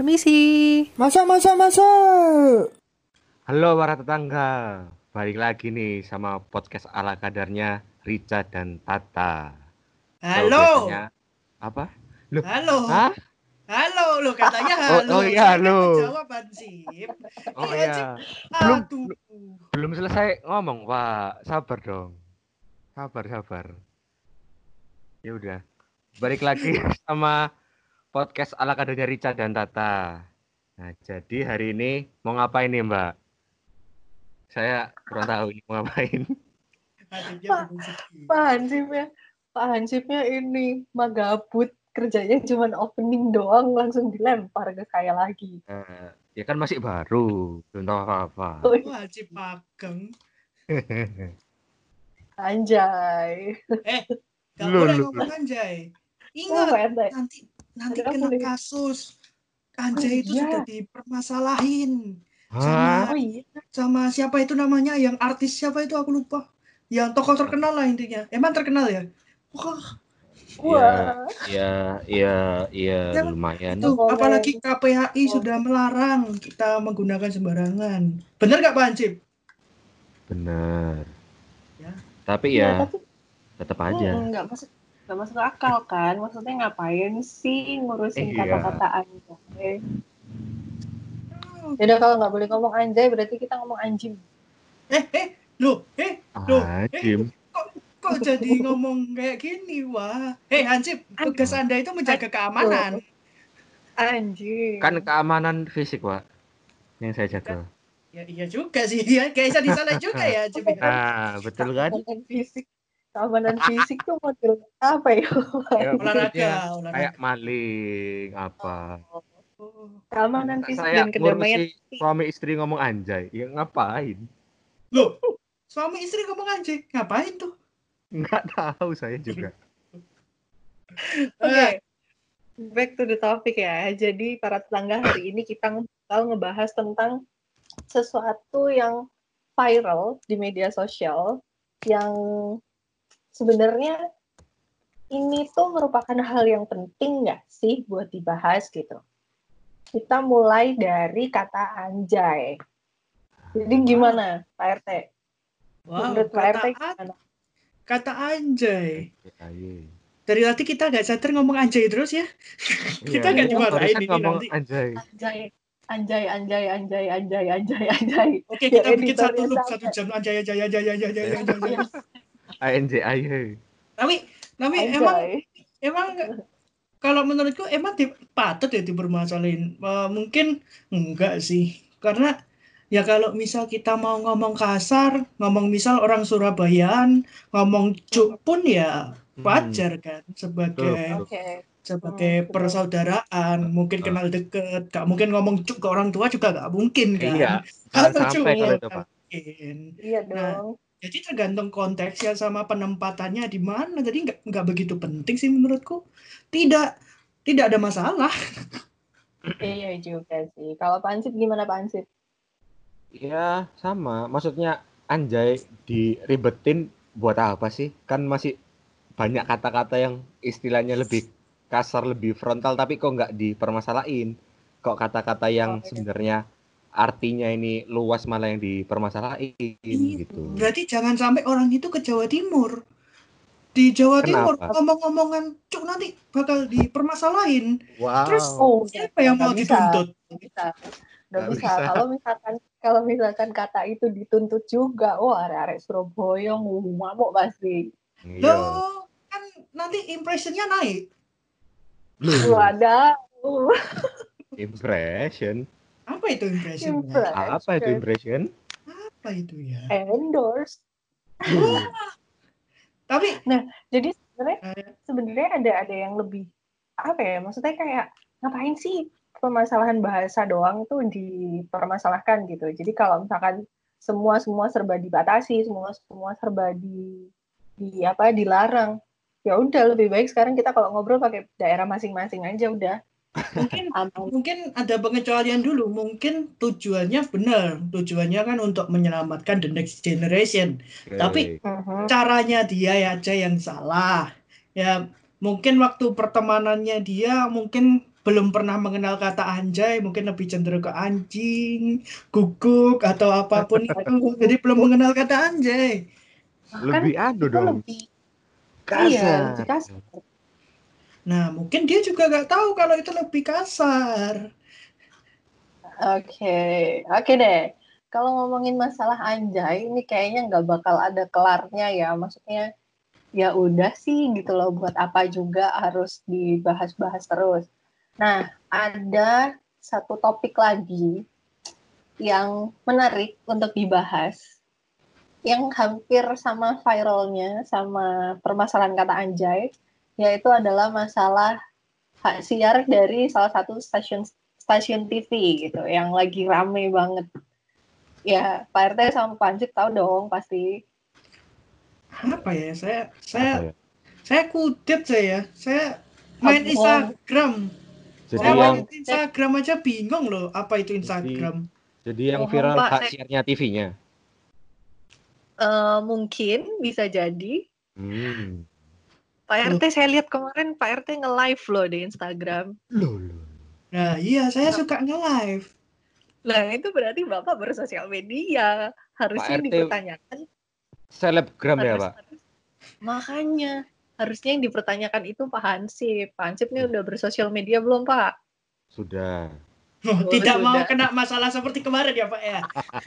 Permisi. Masa. Halo para tetangga, balik lagi nih sama podcast ala kadarnya Rica dan Tata. Tahu Halo. biasanya apa? Loh, Halo. hah? Halo, lo katanya Oh halo. iya, Saya kan halo. menjawab Hansip. Oh Hansip. iya. Aduh. Belum selesai ngomong, Pak. Sabar dong. Sabar. Ya udah. Balik lagi sama podcast ala kadarnya Rica dan Tata. Nah, jadi hari ini mau ngapain nih, Mbak? Saya kurang tahu ini mau ngapain. Hansipnya bingung sedih. Pak Hansipnya ini magabut, kerjanya cuma opening doang langsung dilempar ke saya lagi. Ya kan masih baru, belum tahu apa-apa. Oh, Hansip magang. Anjay. Gak boleh ngomong anjay. Ingat, nanti kena kasus. Anjay itu sudah dipermasalahin. Sama siapa itu namanya, yang artis siapa itu aku lupa. Yang tokoh terkenal lah intinya. Emang terkenal ya? Iya, lumayan. Itu apalagi KPAI sudah melarang kita menggunakan sembarangan. Bener nggak Pak Hansip? Bener. Ya. Tapi ya tetap aja. Nggak masuk akal kan? Maksudnya ngapain sih ngurusin kata-kata anjay? Yaudah, kalau nggak boleh ngomong anjay berarti kita ngomong anjim. Anjim. Kok jadi ngomong kayak gini, wah. Hansip, tugas Anda itu menjaga keamanan. Anjing. Kan keamanan fisik, Pak, yang saya jaga. Ya iya juga sih, ya kayak disalah juga ya, Hansip. Nah, betul kan? Keamanan fisik tuh model apa ya? Olahraga. Kayak maling apa. Keamanan fisik Saya dan kedamaian. Suami istri ngomong anjay, ya ngapain? Loh, suami istri ngomong anjay, ngapain tuh? Nggak tahu saya juga. Oke. Back to the topic ya. Jadi para tetangga, hari ini kita bakal ngebahas tentang sesuatu yang viral di media sosial yang sebenarnya ini tuh merupakan hal yang penting nggak sih buat dibahas gitu. Kita mulai dari kata anjay. Jadi gimana Pak RT? Wow, kata anjay. Dari tadi kita nggak sadar ngomong anjay terus ya. Kita nggak dimarahin ini nanti. Anjay. Oke, kita bikin 1 jam anjay. ANJAY. Tapi emang kalau menurutku emang patut ya dipermasalahin. Mungkin enggak sih. Karena ya kalau misal kita mau ngomong kasar, ngomong misal orang Surabayaan, ngomong cuk pun ya wajar kan, sebagai persaudaraan, mungkin kenal deket, gak mungkin ngomong cuk ke orang tua juga gak mungkin kan. Iya, sampai kalau itu Pak. Iya dong. Jadi tergantung konteksnya sama penempatannya di mana. Jadi nggak begitu penting sih menurutku. Tidak ada masalah. Iya juga sih. Kalau Pak Hansip gimana Pak Hansip? Ya sama, maksudnya anjay diribetin buat apa sih? Kan masih banyak kata-kata yang istilahnya lebih kasar, lebih frontal, tapi kok nggak dipermasalahin. Kok kata-kata yang sebenarnya artinya ini luas malah yang dipermasalahin gitu. Berarti jangan sampai orang itu ke Jawa Timur. Di Jawa Timur ngomong-ngomongan cuk nanti bakal dipermasalahin. Wow. Terus siapa yang mau dituntut? Nggak bisa. Kalau misalkan kata itu dituntut juga, arek-arek Surabaya ngamuk pasti. Loh, kan nanti impressionnya naik. Wadah. Impression. Apa itu impression? Apa itu impression? Apa itu ya? Endorse. Tapi, jadi sebenarnya ada yang lebih apa ya? Maksudnya kayak ngapain sih permasalahan bahasa doang tuh dipermasalahkan gitu. Jadi kalau misalkan semua serba dibatasi, semua serba dilarang, ya udah lebih baik sekarang kita kalau ngobrol pakai daerah masing-masing aja udah. Mungkin ada pengecualian dulu. Mungkin tujuannya benar. Tujuannya kan untuk menyelamatkan the next generation. Tapi caranya dia aja yang salah. Ya mungkin waktu pertemanannya dia mungkin belum pernah mengenal kata anjay, mungkin lebih cenderung ke anjing, guguk atau apapun itu. Jadi belum mengenal kata anjay. Bahkan Lebih anu itu dong. lebih Kasar. kasar. Nah, mungkin dia juga nggak tahu kalau itu lebih kasar. Oke deh. Kalau ngomongin masalah anjay, ini kayaknya nggak bakal ada kelarnya ya. Maksudnya ya udah sih gitu loh, buat apa juga harus dibahas-bahas terus. Nah, ada satu topik lagi yang menarik untuk dibahas, yang hampir sama viralnya, sama permasalahan kata anjay, yaitu adalah masalah hak siar dari salah satu stasiun TV gitu, yang lagi rame banget. Ya, Pak RT sama Pak Hansip tahu dong pasti. Apa ya? Apa ya? Saya kudet saya main Ngomong. Instagram. Jadi Saya yang main Instagram aja bingung loh apa itu Instagram. jadi yang Ngomong, viral Pak, hak siarnya TV-nya. Mungkin bisa jadi. Pak Loh. RT saya lihat kemarin Pak RT nge-live loh di Instagram. Loh. Nah, iya saya suka nge-live. Nah, itu berarti Bapak bersosial media. Harusnya Pak RT dipertanyakan. selebgram ya, Pak? Makanya, harusnya yang dipertanyakan itu Pak Hansip. Pak Hansip ini udah bersosial media belum, Pak? Sudah. Tidak sudah. mau kena masalah seperti kemarin ya, Pak ya.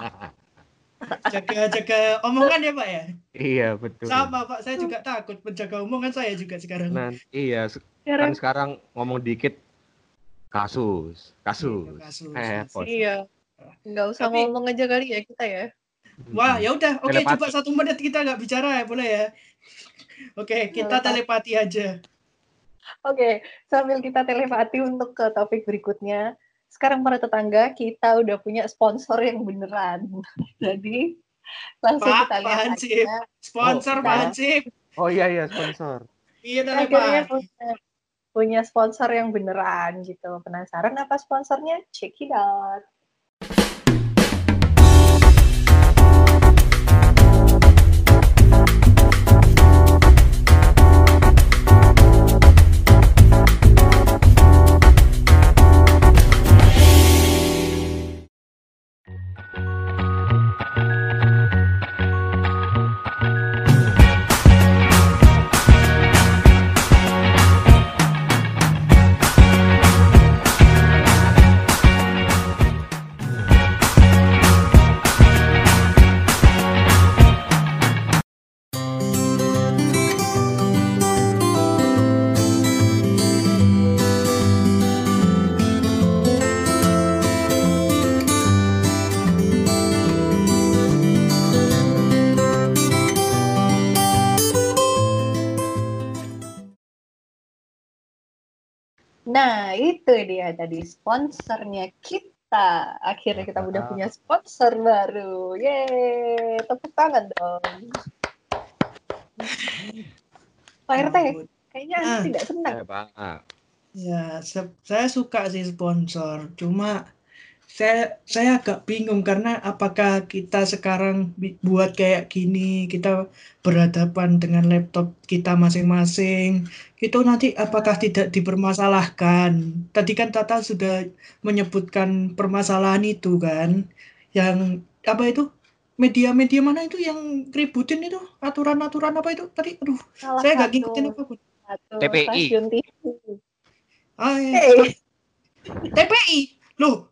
Jaga omongan ya, Pak ya. Iya, betul. Sama, Pak. Saya juga takut menjaga omongan saya juga sekarang. Nah, iya, kan sekarang ngomong dikit kasus. Iya. Nggak usah ngomong aja kali ya kita ya. Wah, ya udah. Oke, coba 1 menit kita nggak bicara ya, boleh ya? Oke, kita telepati aja. Oke, sambil kita telepati untuk ke topik berikutnya. Sekarang para tetangga, kita udah punya sponsor yang beneran. Jadi, langsung kita lihat Hansip. aja. Sponsor Pak Hansip. Oh iya, sponsor. Iya, Akhirnya punya sponsor yang beneran gitu. Penasaran apa sponsornya? Check it out. Nah, itu dia tadi sponsornya kita. Akhirnya kita udah punya sponsor baru. Yeay, tepuk tangan dong. Pak RT, kayaknya Anda tidak senang. Ya, saya suka sih sponsor. Cuma saya agak bingung karena apakah kita sekarang buat kayak gini, kita berhadapan dengan laptop kita masing-masing, itu nanti apakah tidak dipermasalahkan? Tadi kan Tata sudah menyebutkan permasalahan itu kan, yang apa itu? Media-media mana itu yang ributin itu? Aturan-aturan apa itu? Tadi, aduh, saya nggak ngikutin apapun. TPI. Stasiun TV. TPI? Loh.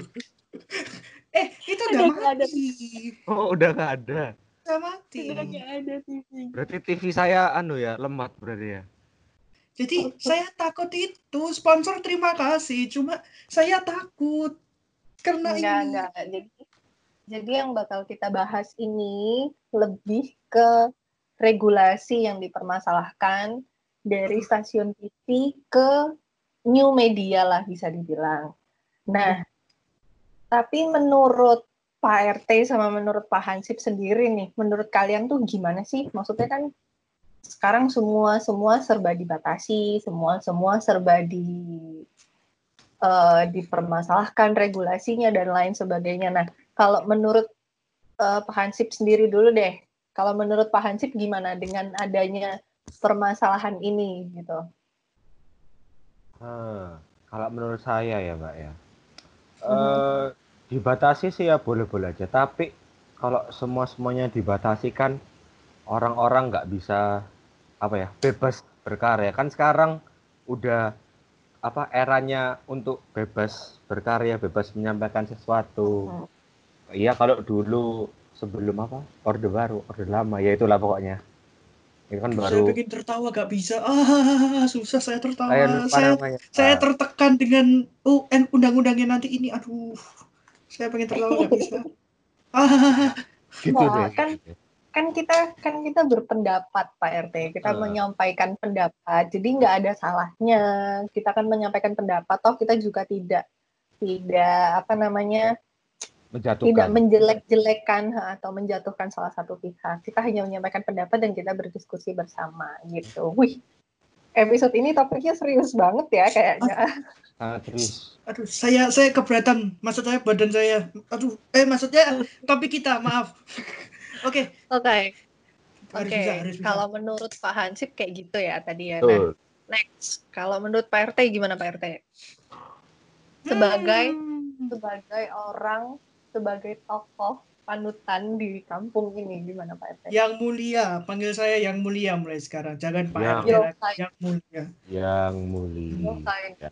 Itu udah mati. Udah nggak ada. Udah mati. Udah nggak ada TV. Berarti TV saya lemot berarti ya. Jadi saya takut itu sponsor terima kasih, cuma saya takut karena enggak. Jadi yang bakal kita bahas ini lebih ke regulasi yang dipermasalahkan dari stasiun TV ke new media lah bisa dibilang. Nah, tapi menurut Pak RT sama menurut Pak Hansip sendiri nih, menurut kalian tuh gimana sih? Maksudnya kan sekarang semua serba dibatasi, semua serba dipermasalahkan regulasinya dan lain sebagainya. Nah, kalau menurut Pak Hansip sendiri dulu deh. Kalau menurut Pak Hansip gimana dengan adanya permasalahan ini gitu? Kalau menurut saya ya Mbak ya, dibatasi sih ya boleh-boleh aja. Tapi kalau semuanya dibatasi kan orang-orang nggak bisa apa ya bebas berkarya. Kan sekarang udah apa eranya untuk bebas berkarya, bebas menyampaikan sesuatu. Iya kalau dulu sebelum apa orde baru, orde lama ya itulah pokoknya. Itu kan Aduh, saya baru pengen tertawa gak bisa. Susah saya saya tertawa. lupa namanya. Saya tertekan dengan UN undang-undangnya nanti ini. Aduh, saya pengen tertawa gak bisa. Gitu deh. Nah, kan kita berpendapat Pak RT, kita menyampaikan pendapat, jadi nggak ada salahnya kita kan menyampaikan pendapat, toh kita juga tidak apa namanya tidak Menjatuhkan. menjelek-jelekan atau menjatuhkan salah satu pihak, kita hanya menyampaikan pendapat dan kita berdiskusi bersama gitu. Wih, episode ini topiknya serius banget ya kayaknya. Sangat serius. Aduh, saya keberatan. Maksud saya badan saya. Aduh, maksudnya topik kita, maaf. Oke. Harus bisa. Kalau menurut Pak Hansip kayak gitu ya tadi ya. Betul. Nah, next, kalau menurut Pak RT gimana Pak RT? Sebagai orang, sebagai tokoh panutan di kampung ini, gimana Pak RT? Yang mulia, panggil saya Yang Mulia mulai sekarang. Jangan Pak RT lagi, Yang Mulia. Yang mulia.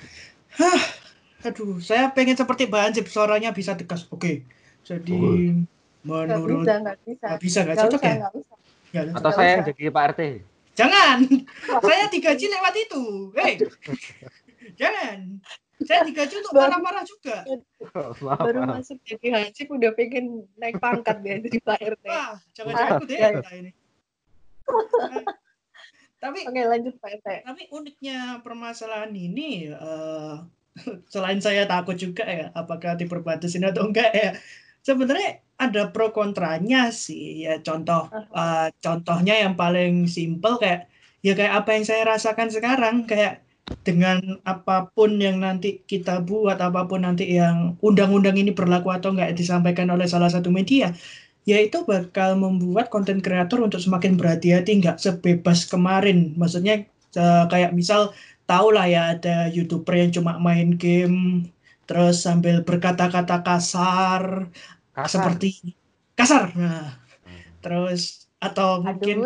Aduh, saya pengen seperti Mbak Hansip, suaranya bisa tegas. Oke. Jadi menurut nggak bisa. Nggak cocok ya? Atau saya yang jadi Pak RT? Jangan. Saya digaji lewat itu. Jangan. Saya digaji untuk marah-marah juga. Baru masuk jadi Hansip udah pengen naik pangkat dia jadi Pak RT. Jangan-jangan aku deh ini. Tapi Oke, lanjut Pak RT. Tapi uniknya permasalahan ini, selain saya takut juga ya, apakah diperbatasin atau enggak ya. Sebenarnya ada pro kontranya sih ya. Contohnya yang paling simpel kayak apa yang saya rasakan sekarang, kayak dengan apapun yang nanti kita buat, apapun nanti yang undang-undang ini berlaku atau enggak disampaikan oleh salah satu media, yaitu bakal membuat konten kreator untuk semakin berhati-hati, nggak sebebas kemarin. Maksudnya kayak misal tahu lah ya ada YouTuber yang cuma main game terus sambil berkata-kata kasar. Seperti kasar. Nah, terus atau mungkin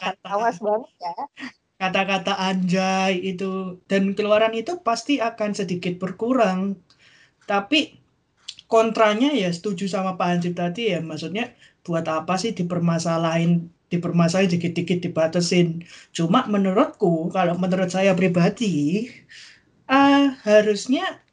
kata-kata anjay itu, dan keluaran itu pasti akan sedikit berkurang. Tapi kontranya ya setuju sama Pak Hansip tadi ya, maksudnya buat apa sih dipermasalahin dikit-dikit dibatasin. Cuma menurutku, kalau menurut saya pribadi, harusnya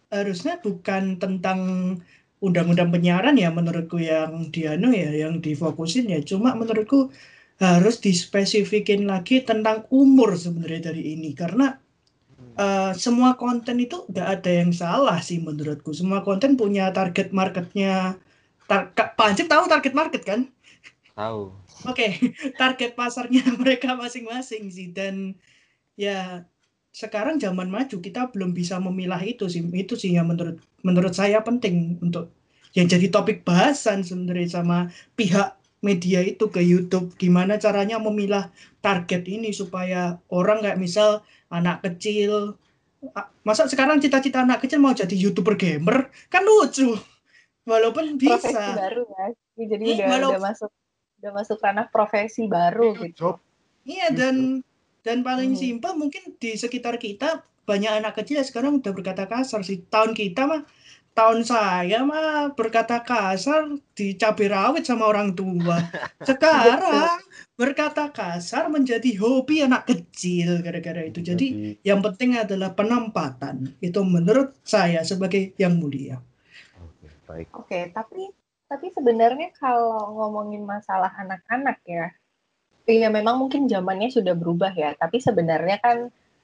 bukan tentang undang-undang penyiaran ya menurutku yang yang difokusin ya. Cuma menurutku harus dispesifikin lagi tentang umur sebenarnya dari ini, karena semua konten itu nggak ada yang salah sih menurutku. Semua konten punya target marketnya. Pak Hansip tahu target market kan? Tahu. Oke. Target pasarnya mereka masing-masing sih. Dan ya sekarang zaman maju, kita belum bisa memilah itu sih. Itu sih yang menurut saya penting untuk yang jadi topik bahasan sebenarnya sama pihak media itu ke YouTube. Gimana caranya memilah target ini supaya orang kayak misal anak kecil. Masa sekarang cita-cita anak kecil mau jadi YouTuber gamer? Kan lucu. Walaupun bisa. Profesi baru ya. Jadi udah masuk ranah profesi baru gitu. Iya, dan paling simpel mungkin di sekitar kita banyak anak kecil sekarang udah berkata kasar sih. Tahun saya mah berkata kasar dicabai rawit sama orang tua. Sekarang berkata kasar menjadi hobi anak kecil gara-gara itu. Jadi yang penting adalah penempatan. Itu menurut saya sebagai Yang Mulia. Oke, tapi sebenarnya kalau ngomongin masalah anak-anak ya, iya memang mungkin zamannya sudah berubah ya. Tapi sebenarnya kan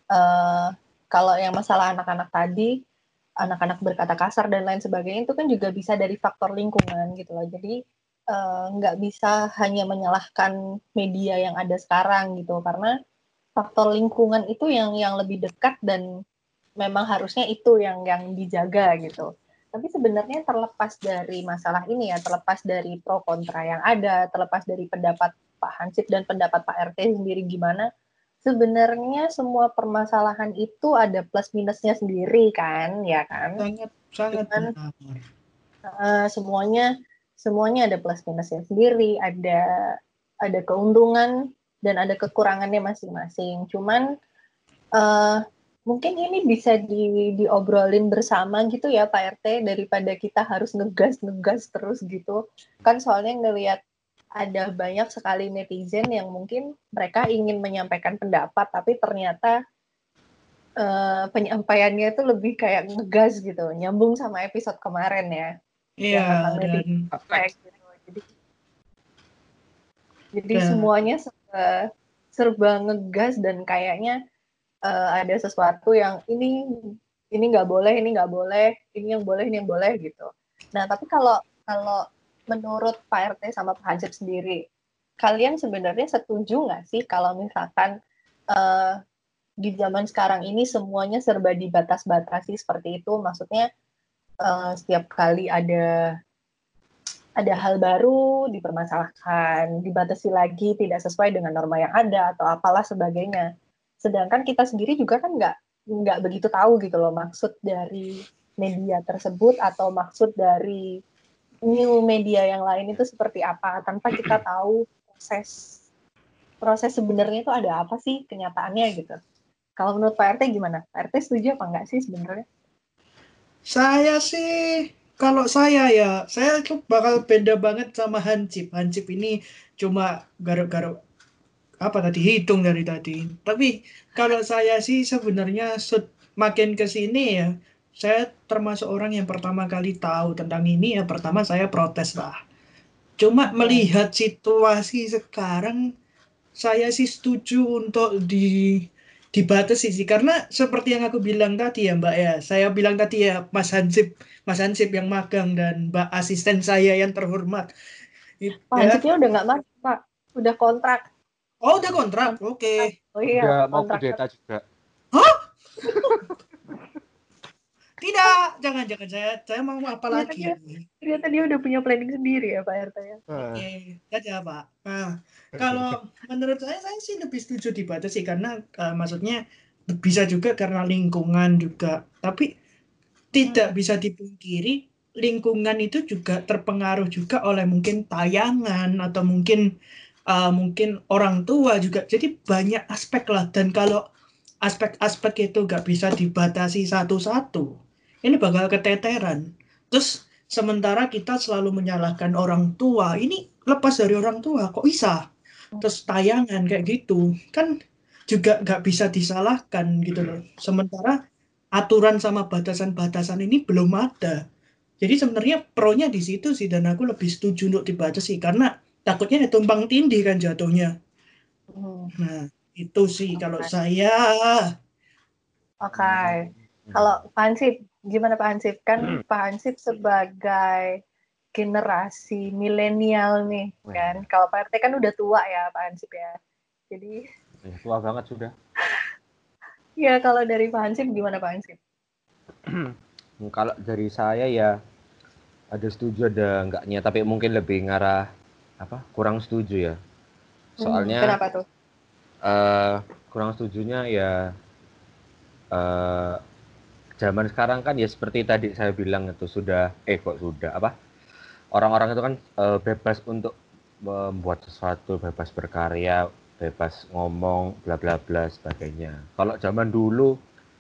kalau yang masalah anak-anak tadi, anak-anak berkata kasar dan lain sebagainya itu kan juga bisa dari faktor lingkungan gitu loh. Jadi nggak bisa hanya menyalahkan media yang ada sekarang gitu, karena faktor lingkungan itu yang lebih dekat dan memang harusnya itu yang dijaga gitu. Tapi sebenarnya terlepas dari masalah ini ya, terlepas dari pro kontra yang ada, terlepas dari pendapat Pak Hansip dan pendapat Pak RT sendiri gimana, sebenarnya semua permasalahan itu ada plus minusnya sendiri kan, ya kan? Sangat Cuman benar. semuanya ada plus minusnya sendiri, ada keuntungan dan ada kekurangannya masing-masing. Cuman mungkin ini bisa diobrolin bersama gitu ya Pak RT, daripada kita harus ngegas terus gitu. Kan soalnya ngelihat ada banyak sekali netizen yang mungkin mereka ingin menyampaikan pendapat, tapi ternyata penyampaiannya itu lebih kayak ngegas gitu, nyambung sama episode kemarin ya, yang tentang netizen gitu. Jadi semuanya serba ngegas dan kayaknya ada sesuatu yang ini nggak boleh, ini yang boleh gitu. Nah, tapi kalau menurut Pak RT sama Pak Hansip sendiri, kalian sebenarnya setuju nggak sih kalau misalkan di zaman sekarang ini semuanya serba dibatas-batasi seperti itu? Maksudnya setiap kali ada hal baru dipermasalahkan, dibatasi lagi, tidak sesuai dengan norma yang ada atau apalah sebagainya. Sedangkan kita sendiri juga kan nggak begitu tahu gitu loh maksud dari media tersebut atau maksud dari new media yang lain itu seperti apa, tanpa kita tahu proses sebenarnya itu ada apa sih kenyataannya gitu. Kalau menurut Pak RT gimana? Pak RT setuju apa enggak sih sebenarnya? Saya sih, kalau saya tuh bakal beda banget sama Hansip. Hansip ini cuma garuk-garuk apa tadi, hitung dari tadi. Tapi kalau saya sih sebenarnya makin ke sini ya, saya termasuk orang yang pertama kali tahu tentang ini ya, pertama saya protes lah. Cuma melihat situasi sekarang, saya sih setuju untuk dibatasi sih, karena seperti yang aku bilang tadi ya Mbak ya, saya bilang tadi ya Mas Hansip yang magang dan Mbak asisten saya yang terhormat. Pak Ya. Hansipnya udah nggak masuk Pak, udah kontrak. Oh udah kontrak, oke. Oh iya, udah mau kontrak. kudeta juga. Hah? Tidak, jangan saya mau apa lagi? Ternyata dia udah punya planning sendiri ya Pak RT ya. Oke, saja Pak. Nah, kalau menurut saya sih lebih setuju dibatasi karena maksudnya bisa juga karena lingkungan juga. Tapi tidak bisa dipungkiri lingkungan itu juga terpengaruh juga oleh mungkin tayangan atau mungkin orang tua juga. Jadi banyak aspek lah, dan kalau aspek-aspek itu nggak bisa dibatasi satu-satu, ini bakal keteteran. Terus sementara kita selalu menyalahkan orang tua, ini lepas dari orang tua kok bisa. Terus tayangan kayak gitu kan juga nggak bisa disalahkan gitu loh. Sementara aturan sama batasan-batasan ini belum ada. Jadi sebenarnya pro-nya di situ sih, dan aku lebih setuju untuk dibatasi karena takutnya tumpang tindih kan jatuhnya. Nah, itu sih kalau saya. Oke. Kalau Pak Hansip, gimana Pak Hansip? Kan Pak Hansip sebagai generasi milenial nih, kan. Kalau Pak RT kan udah tua ya Pak Hansip ya. Jadi tua banget sudah. ya kalau dari Pak Hansip gimana Pak Hansip? Kalau dari saya ya ada setuju ada enggaknya, tapi mungkin lebih ngarah kurang setuju ya. Soalnya kenapa tuh? Kurang setujunya ya zaman sekarang kan ya seperti tadi saya bilang itu orang-orang itu kan bebas untuk membuat sesuatu, bebas berkarya, bebas ngomong, bla bla bla sebagainya. Kalau zaman dulu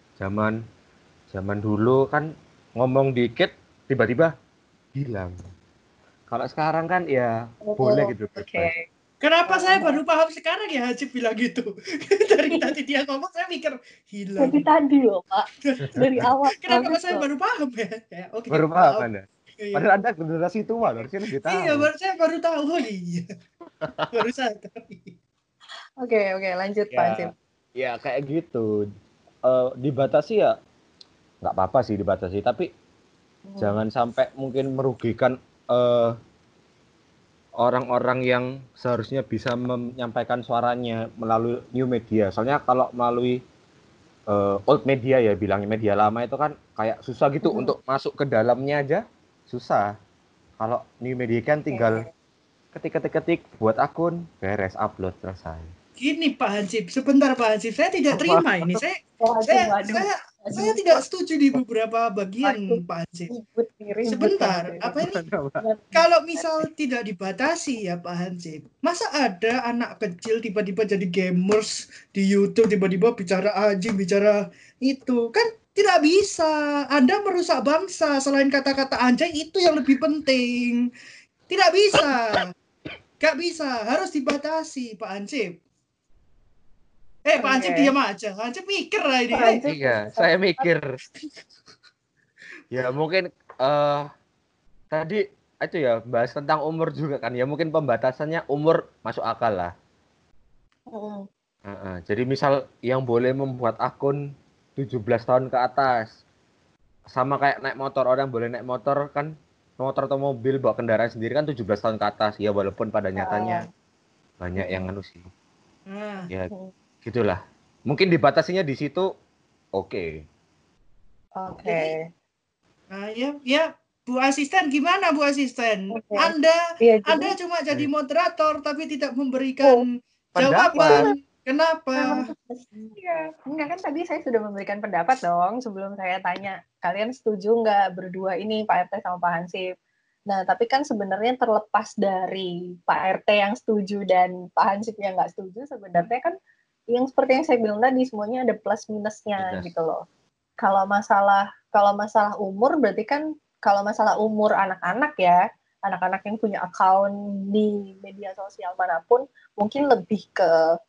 kan ngomong dikit tiba-tiba hilang. Kalau sekarang kan ya boleh gitu bebas. Okay. Kenapa saya baru paham sekarang ya Haji bilang gitu? Dari tadi dia ngomong saya mikir hilang. Dari tadi loh Pak, dari awal. Kenapa saya baru paham ya? Oke, baru paham Anda. Padahal Anda generasi tua, harusnya lebih tahu. Iya, saya baru tahu. Oh iya. Baru sadar. Oke, lanjut Pak Hansip. Ya kayak gitu. Dibatasi ya nggak apa-apa sih dibatasi, tapi jangan sampai mungkin merugikan orang-orang yang seharusnya bisa menyampaikan suaranya melalui new media. Soalnya kalau melalui old media ya, bilangnya media lama itu kan kayak susah gitu untuk masuk ke dalamnya aja susah. Kalau new media kan tinggal ketik buat akun, beres, upload, selesai. Gini Pak Hansip, sebentar Pak Hansip, saya tidak terima ini. Saya tidak setuju di beberapa bagian Pak Hansip. Sebentar, apa ini? Kalau misal tidak dibatasi ya Pak Hansip, masa ada anak kecil tiba-tiba jadi gamers di YouTube, tiba-tiba bicara anjing, bicara itu, kan tidak bisa. Anda merusak bangsa, selain kata-kata anjing itu yang lebih penting. Tidak bisa. Gak bisa, harus dibatasi Pak Hansip. Pak Hansip diam aja. Hansip mikir lah ini. Iya, saya mikir. Ya mungkin tadi itu ya bahas tentang umur juga kan. Ya mungkin pembatasannya umur masuk akal lah. Jadi misal yang boleh membuat akun 17 tahun ke atas. Sama kayak naik motor, orang boleh naik motor kan, motor atau mobil bawa kendaraan sendiri kan 17 tahun ke atas. Ya walaupun pada nyatanya banyak yang sih. Ya gitulah. Mungkin dibatasinya di situ oke. Nah, ya Bu Asisten, gimana Bu Asisten? Anda cuma jadi moderator tapi tidak memberikan jawaban. Kenapa? Enggak, kan tadi saya sudah memberikan pendapat dong sebelum saya tanya kalian setuju nggak berdua ini Pak RT sama Pak Hansip. Nah, tapi kan sebenarnya terlepas dari Pak RT yang setuju dan Pak Hansip yang nggak setuju, sebenarnya kan yang seperti yang saya bilang tadi semuanya ada plus minusnya gitu loh. Kalau masalah umur berarti kan kalau masalah umur anak-anak ya, anak-anak yang punya account di media sosial manapun mungkin lebih ke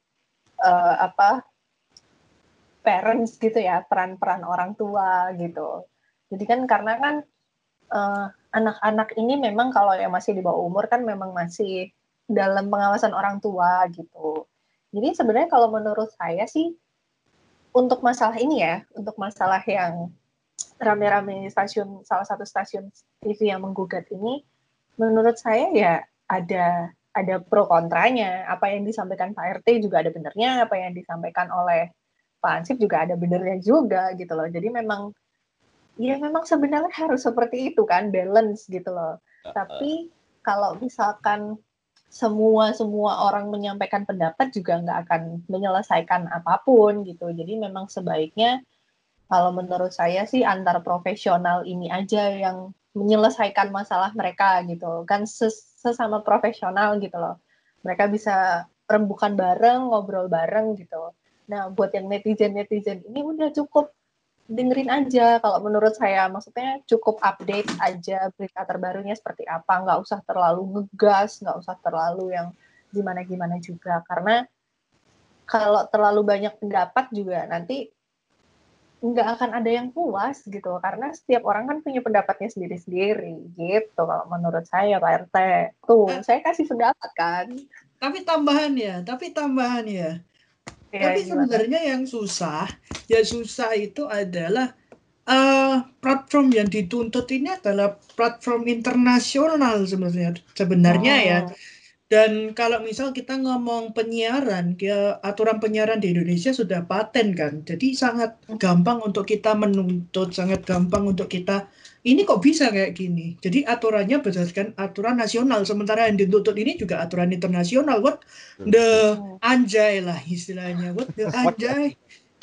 parents gitu ya, peran-peran orang tua gitu. Jadi kan karena kan anak-anak ini memang kalau yang masih di bawah umur kan memang masih dalam pengawasan orang tua gitu. Jadi sebenarnya kalau menurut saya sih untuk masalah ini ya, untuk masalah yang rame-rame salah satu stasiun TV yang menggugat ini, menurut saya ya ada pro kontranya. Apa yang disampaikan Pak RT juga ada benernya, apa yang disampaikan oleh Pak Ansip juga ada benernya juga gitu loh. Jadi memang sebenarnya harus seperti itu kan, balance gitu loh. Tapi kalau misalkan semua orang menyampaikan pendapat juga nggak akan menyelesaikan apapun gitu. Jadi memang sebaiknya kalau menurut saya sih antar profesional ini aja yang menyelesaikan masalah mereka gitu. Kan sesama profesional gitu loh. Mereka bisa rembukan bareng, ngobrol bareng gitu. Nah, buat yang netizen ini udah cukup dengerin aja kalau menurut saya, maksudnya cukup update aja berita terbarunya seperti apa, nggak usah terlalu ngegas, nggak usah terlalu yang gimana-gimana juga, karena kalau terlalu banyak pendapat juga nanti nggak akan ada yang puas gitu, karena setiap orang kan punya pendapatnya sendiri-sendiri gitu kalau menurut saya Pak RT. Tuh, saya kasih pendapat kan. Tapi tambahan ya. Tapi sebenarnya yang susah itu adalah platform yang dituntut ini adalah platform internasional sebenarnya ya. Dan kalau misal kita ngomong penyiaran, aturan penyiaran di Indonesia sudah paten kan. Jadi sangat gampang untuk kita menuntut, sangat gampang untuk kita, ini kok bisa kayak gini. Jadi aturannya berdasarkan aturan nasional, sementara yang dituntut ini juga aturan internasional. What the anjay lah istilahnya. What the anjay.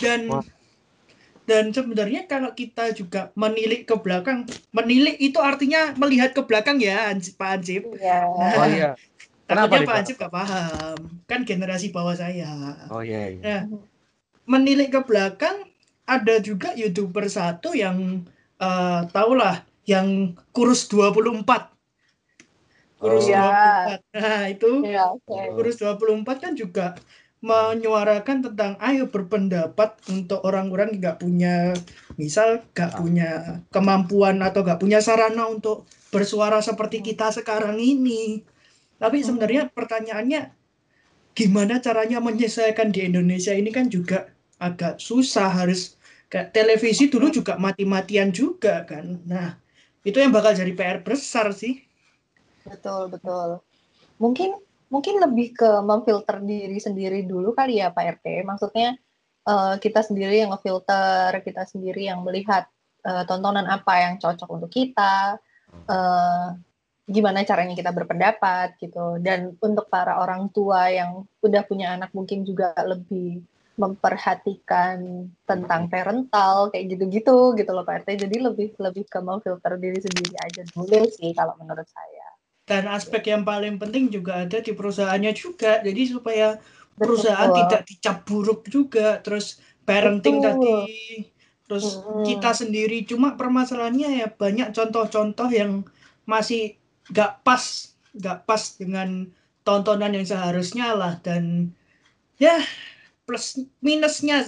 Dan sebenarnya kalau kita juga menilik ke belakang, menilik itu artinya melihat ke belakang ya Pak Hansip. Iya. Takutnya Pak Hansip gak paham, kan generasi bawah saya. Iya. Nah, menilik ke belakang, ada juga YouTuber satu yang tahulah, yang kurus 24. Kurus 24. Nah, itu kurus 24 kan juga menyuarakan tentang ayo berpendapat untuk orang-orang yang gak punya, misal gak punya kemampuan atau gak punya sarana untuk bersuara seperti kita sekarang ini. Tapi sebenarnya pertanyaannya, gimana caranya menyesuaikan di Indonesia ini kan juga agak susah. Harus kayak televisi dulu juga mati-matian juga kan. Nah, itu yang bakal jadi PR besar sih. Betul. Mungkin lebih ke memfilter diri sendiri dulu kali ya Pak RT. Maksudnya kita sendiri yang ngefilter, kita sendiri yang melihat tontonan apa yang cocok untuk kita. gimana caranya kita berpendapat gitu. Dan untuk para orang tua yang udah punya anak mungkin juga lebih memperhatikan tentang parental kayak gitu-gitu gitu loh Pak RT. Jadi lebih ke memfilter diri sendiri aja dulu sih kalau menurut saya. Dan aspek yang paling penting juga ada di perusahaannya juga. Jadi supaya perusahaan Betul. tidak dicap buruk juga. Terus parenting Betul. tadi, terus kita sendiri. Cuma permasalahannya ya banyak contoh-contoh yang masih gak pas dengan tontonan yang seharusnya lah. Dan ya plus minusnya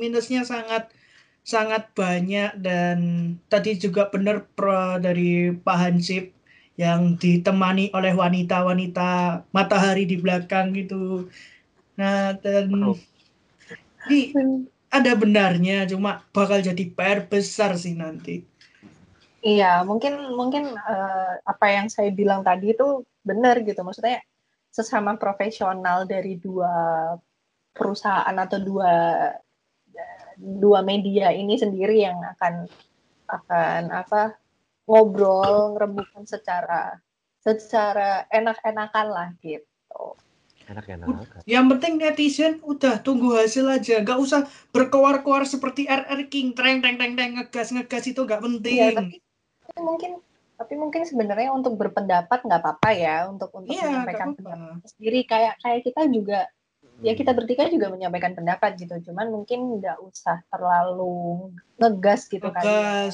sangat banyak. Dan tadi juga benar dari Pak Hansip yang ditemani oleh wanita-wanita matahari di belakang gitu. Nah, dan ini ada benarnya, cuma bakal jadi PR besar sih nanti. Iya, mungkin apa yang saya bilang tadi itu benar gitu. Maksudnya sesama profesional dari dua perusahaan atau dua media ini sendiri yang akan apa ngobrol, ngerembukan secara enak-enakan lah gitu. Enak-enak. Yang penting netizen udah tunggu hasil aja, nggak usah berkoar-koar seperti RR King, treng ngegas itu nggak penting. Iya, tapi mungkin sebenarnya untuk berpendapat nggak apa-apa ya, untuk menyampaikan pendapat sendiri kayak kita juga ya, kita bertiga juga menyampaikan pendapat gitu, cuman mungkin nggak usah terlalu ngegas gitu kali ya.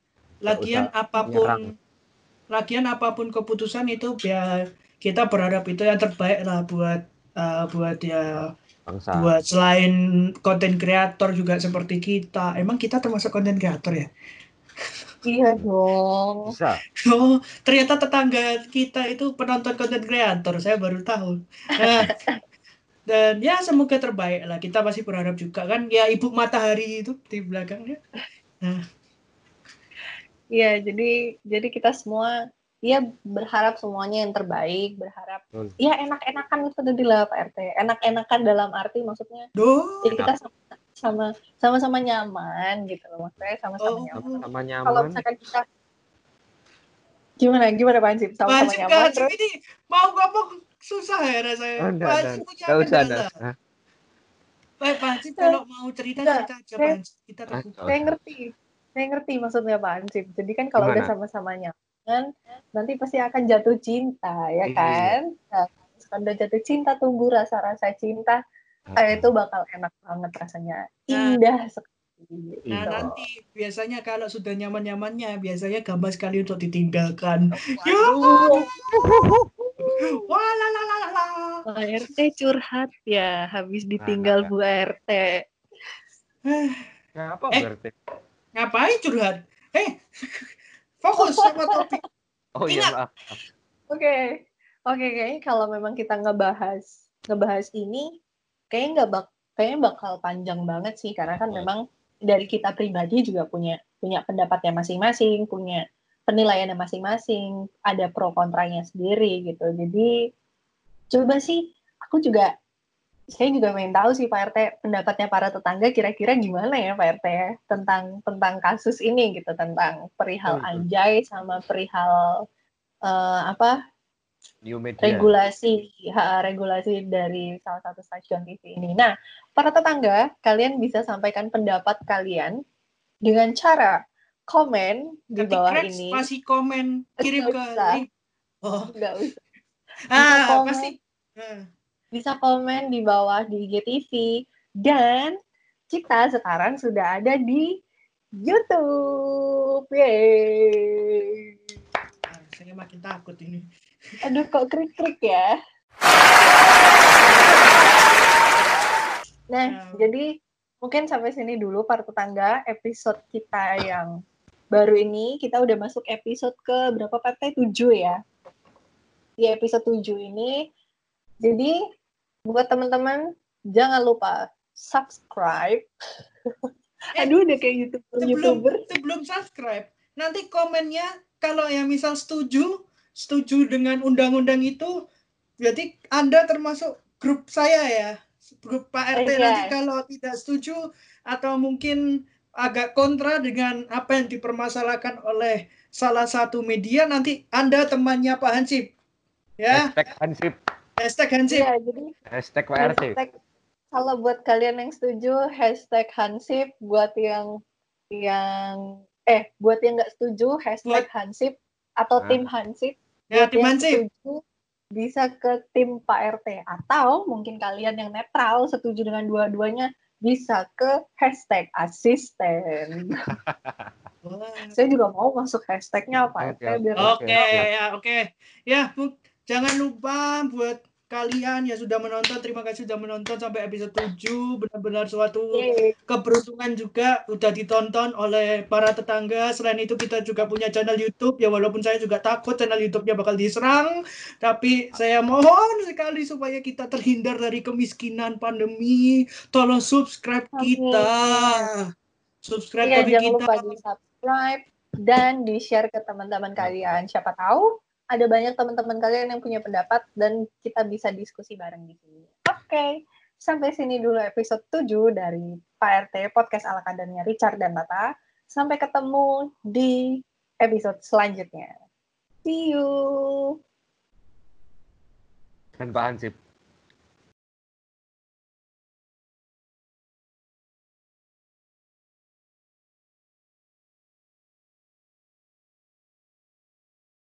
Lagian apapun keputusan itu ya kita berharap itu yang terbaik lah buat ya bangsa. Buat selain konten kreator juga seperti kita. Emang kita termasuk konten kreator ya? Iya dong. Bisa. Oh, ternyata tetangga kita itu penonton konten kreator. Saya baru tahu. Nah, dan ya semoga terbaik lah. Kita pasti berharap juga kan. Ya ibu matahari itu di belakangnya. Nah. Iya, jadi kita semua ya berharap semuanya yang terbaik, berharap ya enak-enakan itu tadi lah Pak RT. Enak-enakan dalam arti maksudnya ya kita sama-sama nyaman gitu loh. Maksudnya sama-sama nyaman. Sama nyaman. Kalau misalkan kita gimana Pak Hansip? Sama-sama nyaman terus ini mau ngomong susah ya rasanya. Pak Hansip punya kendala. Pak Hansip kalau mau cerita aja Pak Hansip. Kita terbuka. Saya ngerti maksudnya Pak Hansip. Jadi kan kalau udah sama-sama nyaman, nanti pasti akan jatuh cinta, ya kan? Nah, kalau udah jatuh cinta, tumbuh rasa-rasa cinta, itu bakal enak banget rasanya. Indah sekali. Nah, nanti biasanya kalau sudah nyaman-nyamannya, biasanya gampang sekali untuk ditinggalkan. Bu RT curhat ya, habis ditinggal Bu RT. Apa berarti? Ngapain curhat? Fokus sama topik. Oh iya, Oke, kayaknya kalau memang kita ngebahas ini, kayaknya bakal panjang banget sih, karena kan memang dari kita pribadi juga punya pendapatnya masing-masing, punya penilaiannya masing-masing, ada pro kontranya sendiri gitu. Jadi coba sih, saya juga pengen tahu sih Pak RT pendapatnya para tetangga kira-kira gimana ya Pak RT ya tentang kasus ini gitu, tentang perihal anjay sama perihal New media. regulasi dari salah satu stasiun TV ini. Nah, para tetangga, kalian bisa sampaikan pendapat kalian dengan cara komen di bawah ini. Spasi komen, kirim ke link. Nggak usah. Bisa komen di bawah di IGTV, dan kita sekarang sudah ada di YouTube. Yeay. Saya makin takut ini. Aduh, kok krik-krik ya. Nah, jadi mungkin sampai sini dulu para tetangga episode kita yang baru ini. Kita udah masuk episode ke berapa Pak? 7 ya. Di episode 7 ini, jadi buat teman-teman jangan lupa subscribe. Aduh, udah kayak YouTuber. Sebelum subscribe, nanti komennya kalau yang misal setuju dengan undang-undang itu, berarti Anda termasuk grup saya ya, grup Pak RT. Nanti kalau tidak setuju atau mungkin agak kontra dengan apa yang dipermasalahkan oleh salah satu media, nanti Anda temannya Pak Hansip. Ya. Hashtag Hansip. Iya, jadi Hashtag PRT. Kalau buat kalian yang setuju, hashtag Hansip. Buat yang buat yang nggak setuju, hashtag Hansip atau tim Hansip. Ya, buat tim yang Hansip setuju, bisa ke tim Pak RT. Atau mungkin kalian yang netral, setuju dengan dua-duanya, bisa ke hashtag asisten. Saya juga mau masuk hashtagnya Pak RT. Oke. Ya, jangan lupa buat kalian yang sudah menonton, terima kasih sudah menonton sampai episode 7. Benar-benar suatu keberuntungan juga udah ditonton oleh para tetangga. Selain itu kita juga punya channel YouTube ya, walaupun saya juga takut channel YouTube-nya bakal diserang, tapi saya mohon sekali supaya kita terhindar dari kemiskinan pandemi. Tolong subscribe kita. Subscribe kita. Jangan kita. Lupa di-subscribe dan di-share ke teman-teman kalian. Siapa tahu ada banyak teman-teman kalian yang punya pendapat dan kita bisa diskusi bareng di sini. Oke, sampai sini dulu episode 7 dari Pak RT Podcast ala kadarnya Richard dan Tata. Sampai ketemu di episode selanjutnya. See you. Dan Pak Hansip.